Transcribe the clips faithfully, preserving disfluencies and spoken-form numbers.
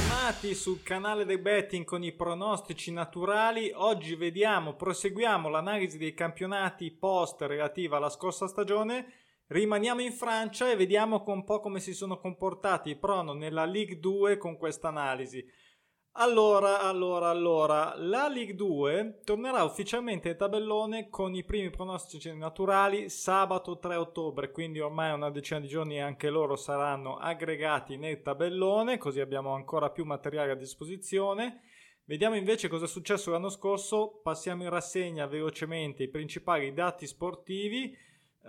Bentornati sul canale dei betting con i pronostici naturali. Oggi vediamo, proseguiamo l'analisi dei campionati post relativa alla scorsa stagione. Rimaniamo in Francia e vediamo un po' come si sono comportati i prono nella Ligue due con questa analisi. Allora, allora, allora, la Ligue due tornerà ufficialmente in tabellone con i primi pronostici naturali sabato tre ottobre, quindi ormai una decina di giorni anche loro saranno aggregati nel tabellone, così abbiamo ancora più materiale a disposizione. Vediamo invece cosa è successo l'anno scorso, passiamo in rassegna velocemente i principali dati sportivi.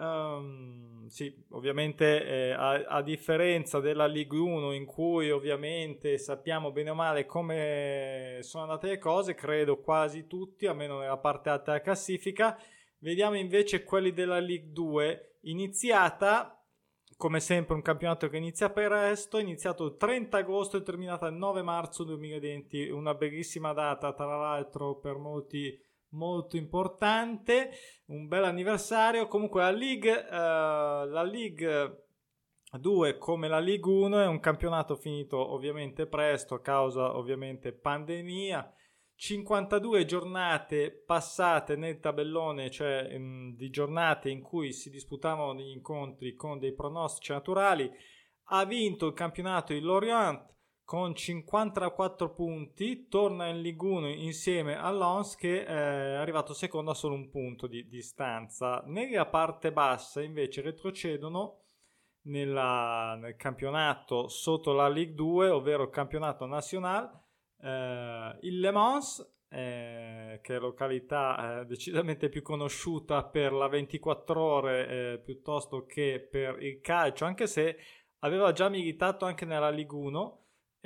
Um, sì, ovviamente eh, a, a differenza della Ligue uno in cui ovviamente sappiamo bene o male come sono andate le cose, credo quasi tutti, almeno nella parte alta della classifica. Vediamo invece quelli della Ligue due, iniziata come sempre un campionato che inizia presto, è iniziato il trenta agosto e terminata il nove marzo duemilaventi, una bellissima data tra l'altro per molti molto importante, un bel anniversario. Comunque la Ligue, uh, la Ligue due come la Ligue uno è un campionato finito ovviamente presto a causa ovviamente pandemia, cinquantadue giornate passate nel tabellone, cioè mh, di giornate in cui si disputavano degli incontri con dei pronostici naturali. Ha vinto il campionato il Lorient con cinquantaquattro punti, torna in Ligue uno insieme a Lens che è arrivato secondo a solo un punto di distanza. Nella parte bassa invece retrocedono nella, nel campionato sotto la Ligue due, ovvero il campionato nazionale, eh, il Le Mans, eh, che è località eh, decisamente più conosciuta per la ventiquattro ore eh, piuttosto che per il calcio, anche se aveva già militato anche nella Ligue uno.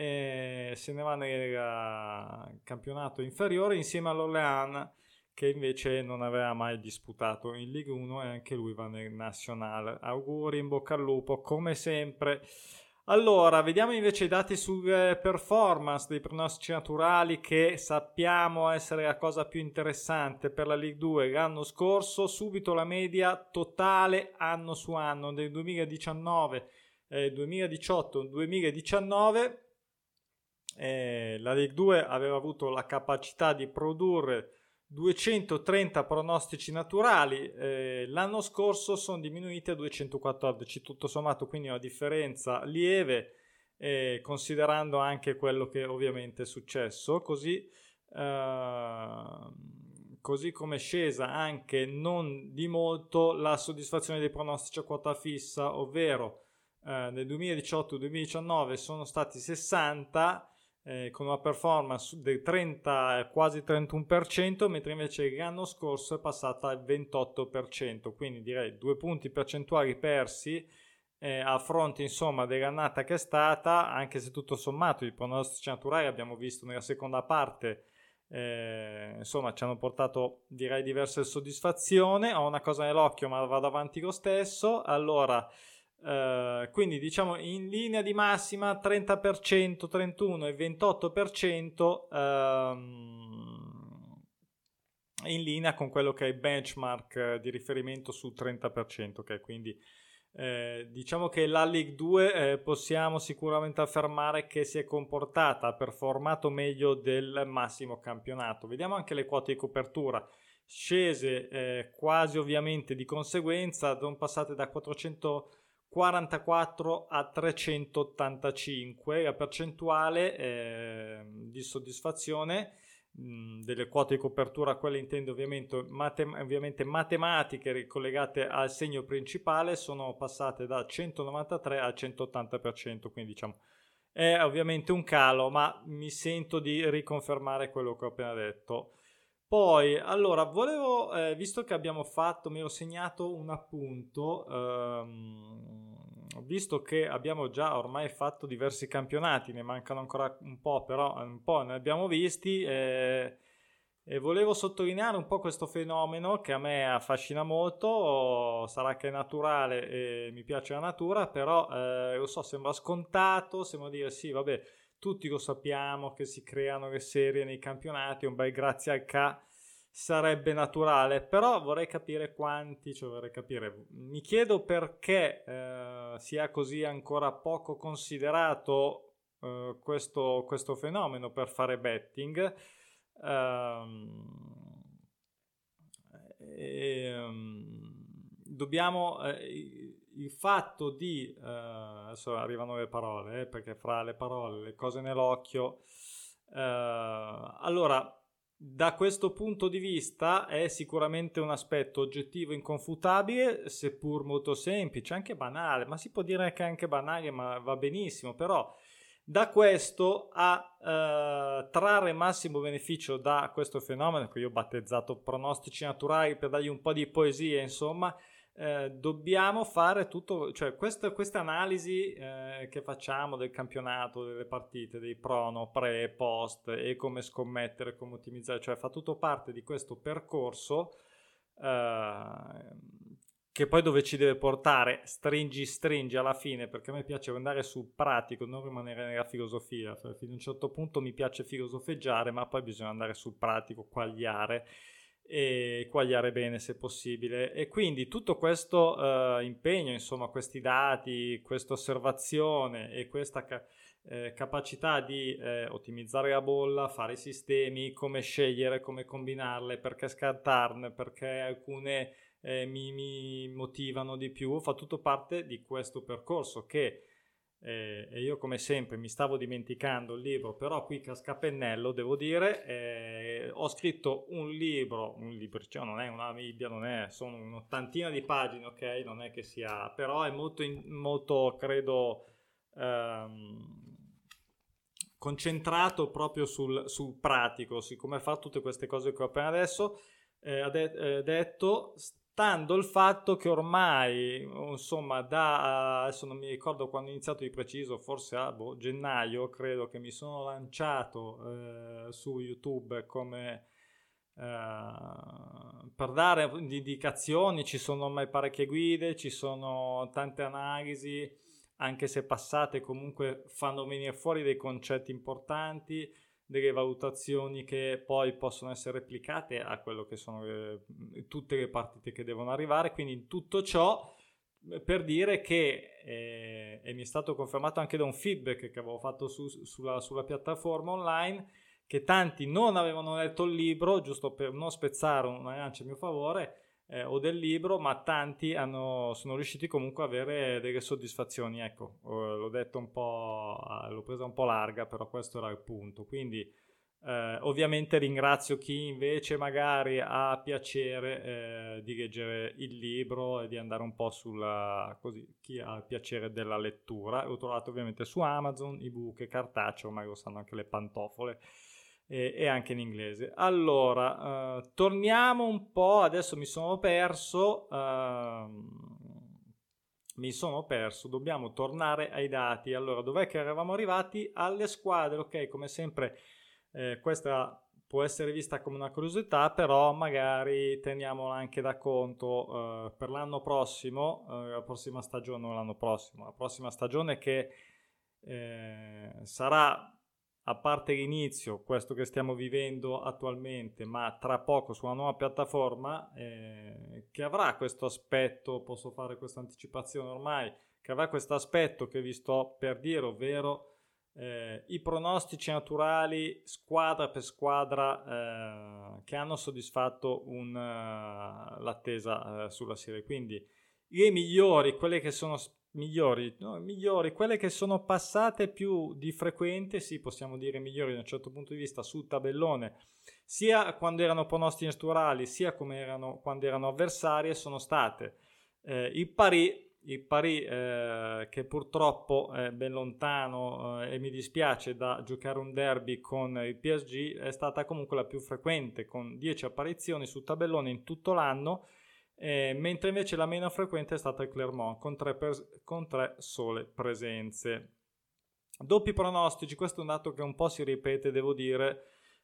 E se ne va nel campionato inferiore insieme all'Orléans che invece non aveva mai disputato in Ligue uno e anche lui va nel nazionale. Auguri, in bocca al lupo come sempre. Allora vediamo invece i dati sulle performance dei pronostici naturali, che sappiamo essere la cosa più interessante per la Ligue due. L'anno scorso subito la media totale anno su anno del duemiladiciannove eh, duemiladiciotto duemiladiciannove. Eh, la Ligue due aveva avuto la capacità di produrre duecentotrenta pronostici naturali, eh, l'anno scorso sono diminuiti a duecentoquattordici, tutto sommato quindi una differenza lieve, eh, considerando anche quello che ovviamente è successo. Così, eh, così come è scesa anche non di molto la soddisfazione dei pronostici a quota fissa, ovvero eh, nel duemiladiciotto duemiladiciannove sono stati sessanta, Eh, con una performance del trenta, quasi trentuno per cento, mentre invece l'anno scorso è passata al ventotto per cento, quindi direi due punti percentuali persi eh, a fronte insomma dell'annata che è stata, anche se tutto sommato i pronostici naturali abbiamo visto nella seconda parte eh, insomma ci hanno portato direi diverse soddisfazioni. Ho una cosa nell'occhio ma vado avanti lo stesso. Allora Uh, quindi diciamo in linea di massima trenta per cento, trentuno e ventotto per cento um, in linea con quello che è il benchmark di riferimento sul trenta per cento, okay? Quindi eh, diciamo che la Ligue due eh, possiamo sicuramente affermare che si è comportata, ha performato meglio del massimo campionato. Vediamo anche le quote di copertura scese eh, quasi ovviamente di conseguenza, sono passate da quattrocentoquarantaquattro a trecentottantacinque. La percentuale eh, di soddisfazione mh, delle quote di copertura, quelle intendo ovviamente, matem- ovviamente matematiche collegate al segno principale, sono passate da centonovantatré al centottanta per cento, quindi diciamo è ovviamente un calo, ma mi sento di riconfermare quello che ho appena detto. Poi, allora, volevo, eh, visto che abbiamo fatto, mi ero segnato un appunto, ehm, visto che abbiamo già ormai fatto diversi campionati, ne mancano ancora un po', però un po' ne abbiamo visti, eh, e volevo sottolineare un po' questo fenomeno che a me affascina molto. Sarà che è naturale e mi piace la natura, però eh, lo so, sembra scontato, sembra dire sì, vabbè, tutti lo sappiamo che si creano le serie nei campionati, un bel grazie al K sarebbe naturale, però vorrei capire quanti, cioè vorrei capire, mi chiedo perché eh, sia così ancora poco considerato uh, questo, questo fenomeno per fare betting. Um, e, um, dobbiamo eh, il fatto di uh, adesso arrivano le parole, eh, perché fra le parole, le cose nell'occhio, uh, allora da questo punto di vista è sicuramente un aspetto oggettivo inconfutabile, seppur molto semplice, anche banale, ma si può dire che anche banale, ma va benissimo, però da questo a eh, trarre massimo beneficio da questo fenomeno, che io ho battezzato pronostici naturali per dargli un po' di poesia, insomma, eh, dobbiamo fare tutto, cioè questa, questa analisi eh, che facciamo del campionato, delle partite, dei prono, pre, post e come scommettere, come ottimizzare, cioè fa tutto parte di questo percorso eh, che poi dove ci deve portare, stringi stringi alla fine, perché a me piace andare sul pratico, non rimanere nella filosofia, cioè, fino a un certo punto mi piace filosofeggiare, ma poi bisogna andare sul pratico, quagliare e quagliare bene se possibile, e quindi tutto questo uh, impegno, insomma questi dati, questa osservazione e questa ca- eh, capacità di eh, ottimizzare la bolla, fare i sistemi, come scegliere, come combinarle, perché scartarne, perché alcune eh, mi, mi motivano di più, fa tutto parte di questo percorso che Eh, e io come sempre mi stavo dimenticando il libro, però qui casca a pennello, devo dire. Eh, ho scritto un libro, un libro, cioè non è una Bibbia, non è, sono un'ottantina di pagine, ok, non è che sia, però è molto, in, molto credo ehm, concentrato proprio sul, sul pratico, su come fare tutte queste cose che ho appena adesso eh, ha de- eh, detto, stando il fatto che ormai, insomma, da adesso non mi ricordo quando ho iniziato di preciso, forse a boh, gennaio, credo che mi sono lanciato eh, su YouTube come eh, per dare indicazioni, ci sono ormai parecchie guide, ci sono tante analisi, anche se passate comunque fanno venire fuori dei concetti importanti, delle valutazioni che poi possono essere replicate a quello che sono le, tutte le partite che devono arrivare. Quindi in tutto ciò per dire che eh, e mi è stato confermato anche da un feedback che avevo fatto su, sulla, sulla piattaforma online, che tanti non avevano letto il libro, giusto per non spezzare una lancia a mio favore eh, o del libro, ma tanti hanno, sono riusciti comunque a avere delle soddisfazioni. Ecco, l'ho detto un po', l'ho presa un po' larga, però questo era il punto. Quindi eh, ovviamente ringrazio chi invece magari ha piacere eh, di leggere il libro e di andare un po' sulla, così, chi ha il piacere della lettura. L'ho trovato ovviamente su Amazon, ebook e cartaceo, ormai lo sanno anche le pantofole, e, e anche in inglese. Allora, uh, torniamo un po', adesso mi sono perso, uh, mi sono perso, dobbiamo tornare ai dati. Allora, dov'è che eravamo arrivati? Alle squadre, ok, come sempre eh, questa può essere vista come una curiosità, però magari teniamola anche da conto eh, per l'anno prossimo, eh, la prossima stagione, non l'anno prossimo, la prossima stagione che eh, sarà, a parte l'inizio, questo che stiamo vivendo attualmente, ma tra poco su una nuova piattaforma eh, che avrà questo aspetto, posso fare questa anticipazione ormai, che avrà questo aspetto che vi sto per dire, ovvero eh, i pronostici naturali squadra per squadra eh, che hanno soddisfatto un, uh, l'attesa uh, sulla serie. Quindi le migliori, quelle che sono migliori, no, migliori, quelle che sono passate più di frequente, sì, possiamo dire migliori da un certo punto di vista sul tabellone, sia quando erano pronostici naturali, sia come erano quando erano avversarie, sono state eh, il Paris, il Paris eh, che purtroppo è ben lontano eh, e mi dispiace da giocare un derby con il P S G, è stata comunque la più frequente con dieci apparizioni sul tabellone in tutto l'anno. Eh, mentre invece la meno frequente è stata il Clermont con tre, pres- con tre sole presenze. Doppi pronostici, questo è un dato che un po' si ripete, devo dire,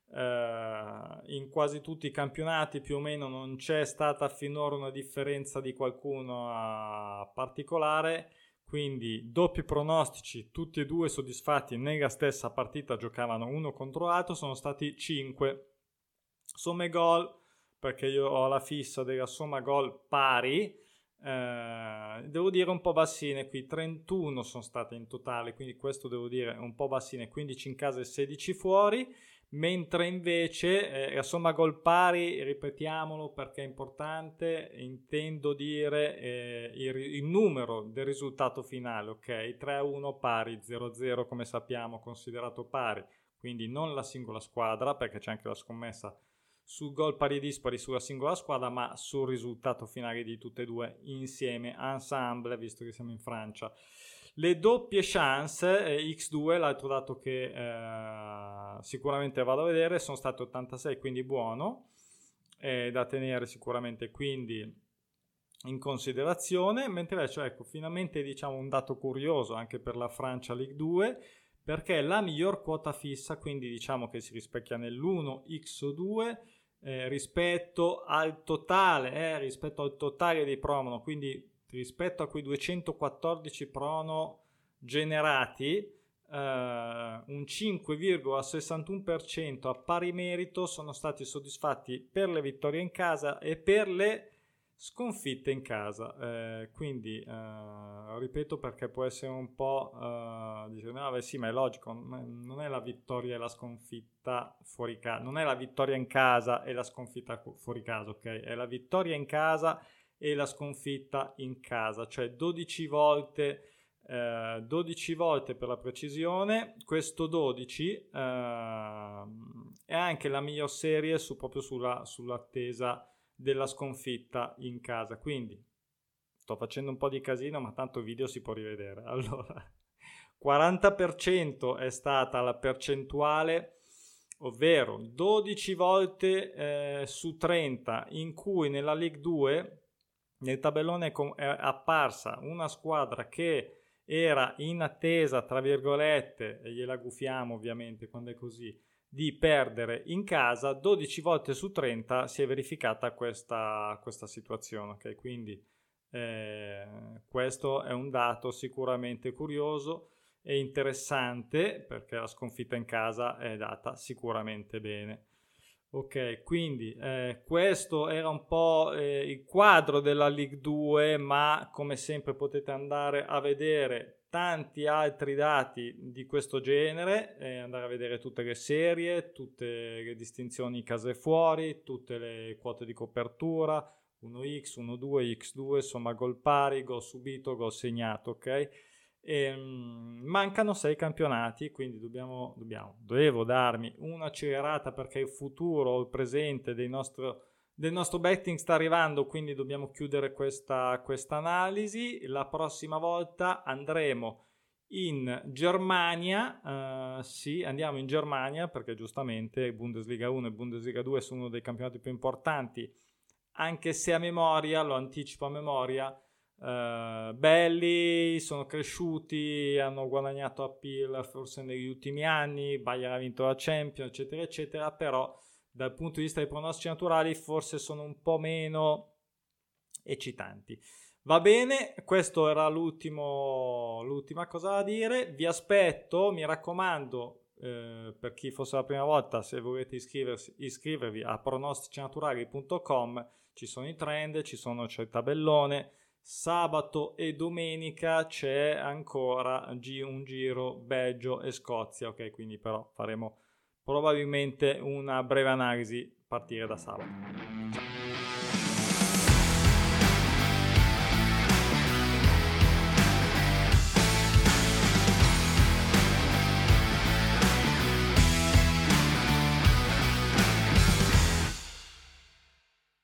eh, in quasi tutti i campionati più o meno non c'è stata finora una differenza di qualcuno a particolare, quindi doppi pronostici, tutti e due soddisfatti nella stessa partita, giocavano uno contro l'altro, sono stati cinque. Somme gol, perché io ho la fissa della somma gol pari, Eh, devo dire un po' bassine qui, trentuno sono state in totale, quindi questo devo dire un po' bassine, quindici in casa e sedici fuori, mentre invece eh, insomma gol pari, ripetiamolo perché è importante, intendo dire eh, il, il numero del risultato finale, ok? tre a uno pari, zero a zero come sappiamo considerato pari, quindi non la singola squadra perché c'è anche la scommessa sul gol pari dispari sulla singola squadra, ma sul risultato finale di tutte e due insieme, ensemble, visto che siamo in Francia. Le doppie chance, eh, ics due, l'altro dato che eh, sicuramente vado a vedere, sono state ottantasei, quindi buono, eh, da tenere sicuramente quindi in considerazione, mentre invece ecco, finalmente diciamo un dato curioso anche per la Francia Ligue due, perché la miglior quota fissa, quindi diciamo che si rispecchia nell'uno ics due, eh, rispetto al totale, eh, rispetto al totale dei prono, quindi rispetto a quei duecentoquattordici prono generati, eh, un cinque virgola sessantuno per cento a pari merito sono stati soddisfatti per le vittorie in casa e per le sconfitte in casa, eh, quindi eh, ripeto perché può essere un po' eh, dice, no, beh, sì, ma è logico, non è la vittoria e la sconfitta fuori casa, non è la vittoria in casa e la sconfitta fuori casa, ok? È la vittoria in casa e la sconfitta in casa, cioè dodici volte eh, dodici volte per la precisione. Questo dodici eh, è anche la miglior serie su, proprio sulla, sull'attesa della sconfitta in casa, quindi sto facendo un po' di casino ma tanto il video si può rivedere. Allora, quaranta per cento è stata la percentuale, ovvero dodici volte eh, su trenta in cui nella Ligue due nel tabellone è apparsa una squadra che era in attesa, tra virgolette, e gliela gufiamo ovviamente quando è così, di perdere in casa. Dodici volte su trenta si è verificata questa, questa situazione, ok? Quindi eh, questo è un dato sicuramente curioso e interessante perché la sconfitta in casa è data sicuramente bene. Ok, quindi eh, questo era un po' eh, il quadro della Ligue due, ma come sempre potete andare a vedere tanti altri dati di questo genere, eh, andare a vedere tutte le serie, tutte le distinzioni case fuori, tutte le quote di copertura, uno ics, uno due, ics due, insomma gol pari, gol subito, gol segnato, ok? E, um, mancano sei campionati, quindi dobbiamo, dobbiamo, dovevo darmi un'accelerata perché il futuro, il presente dei nostro, del nostro betting sta arrivando, quindi dobbiamo chiudere questa questa analisi. La prossima volta andremo in Germania, uh, sì, andiamo in Germania perché giustamente Bundesliga uno e Bundesliga due sono uno dei campionati più importanti, anche se a memoria, lo anticipo a memoria, Uh, belli, sono cresciuti, hanno guadagnato appeal forse negli ultimi anni, Bayern ha vinto la Champions, eccetera eccetera, però dal punto di vista dei pronostici naturali forse sono un po' meno eccitanti. Va bene, questo era l'ultimo, l'ultima cosa da dire. Vi aspetto, mi raccomando, eh, per chi fosse la prima volta, se volete iscriversi, iscrivervi a pronosticinaturali punto com, ci sono i trend, ci sono, c'è il tabellone. Sabato e domenica c'è ancora un giro Belgio e Scozia, ok? Quindi però faremo probabilmente una breve analisi a partire da sabato. Ciao.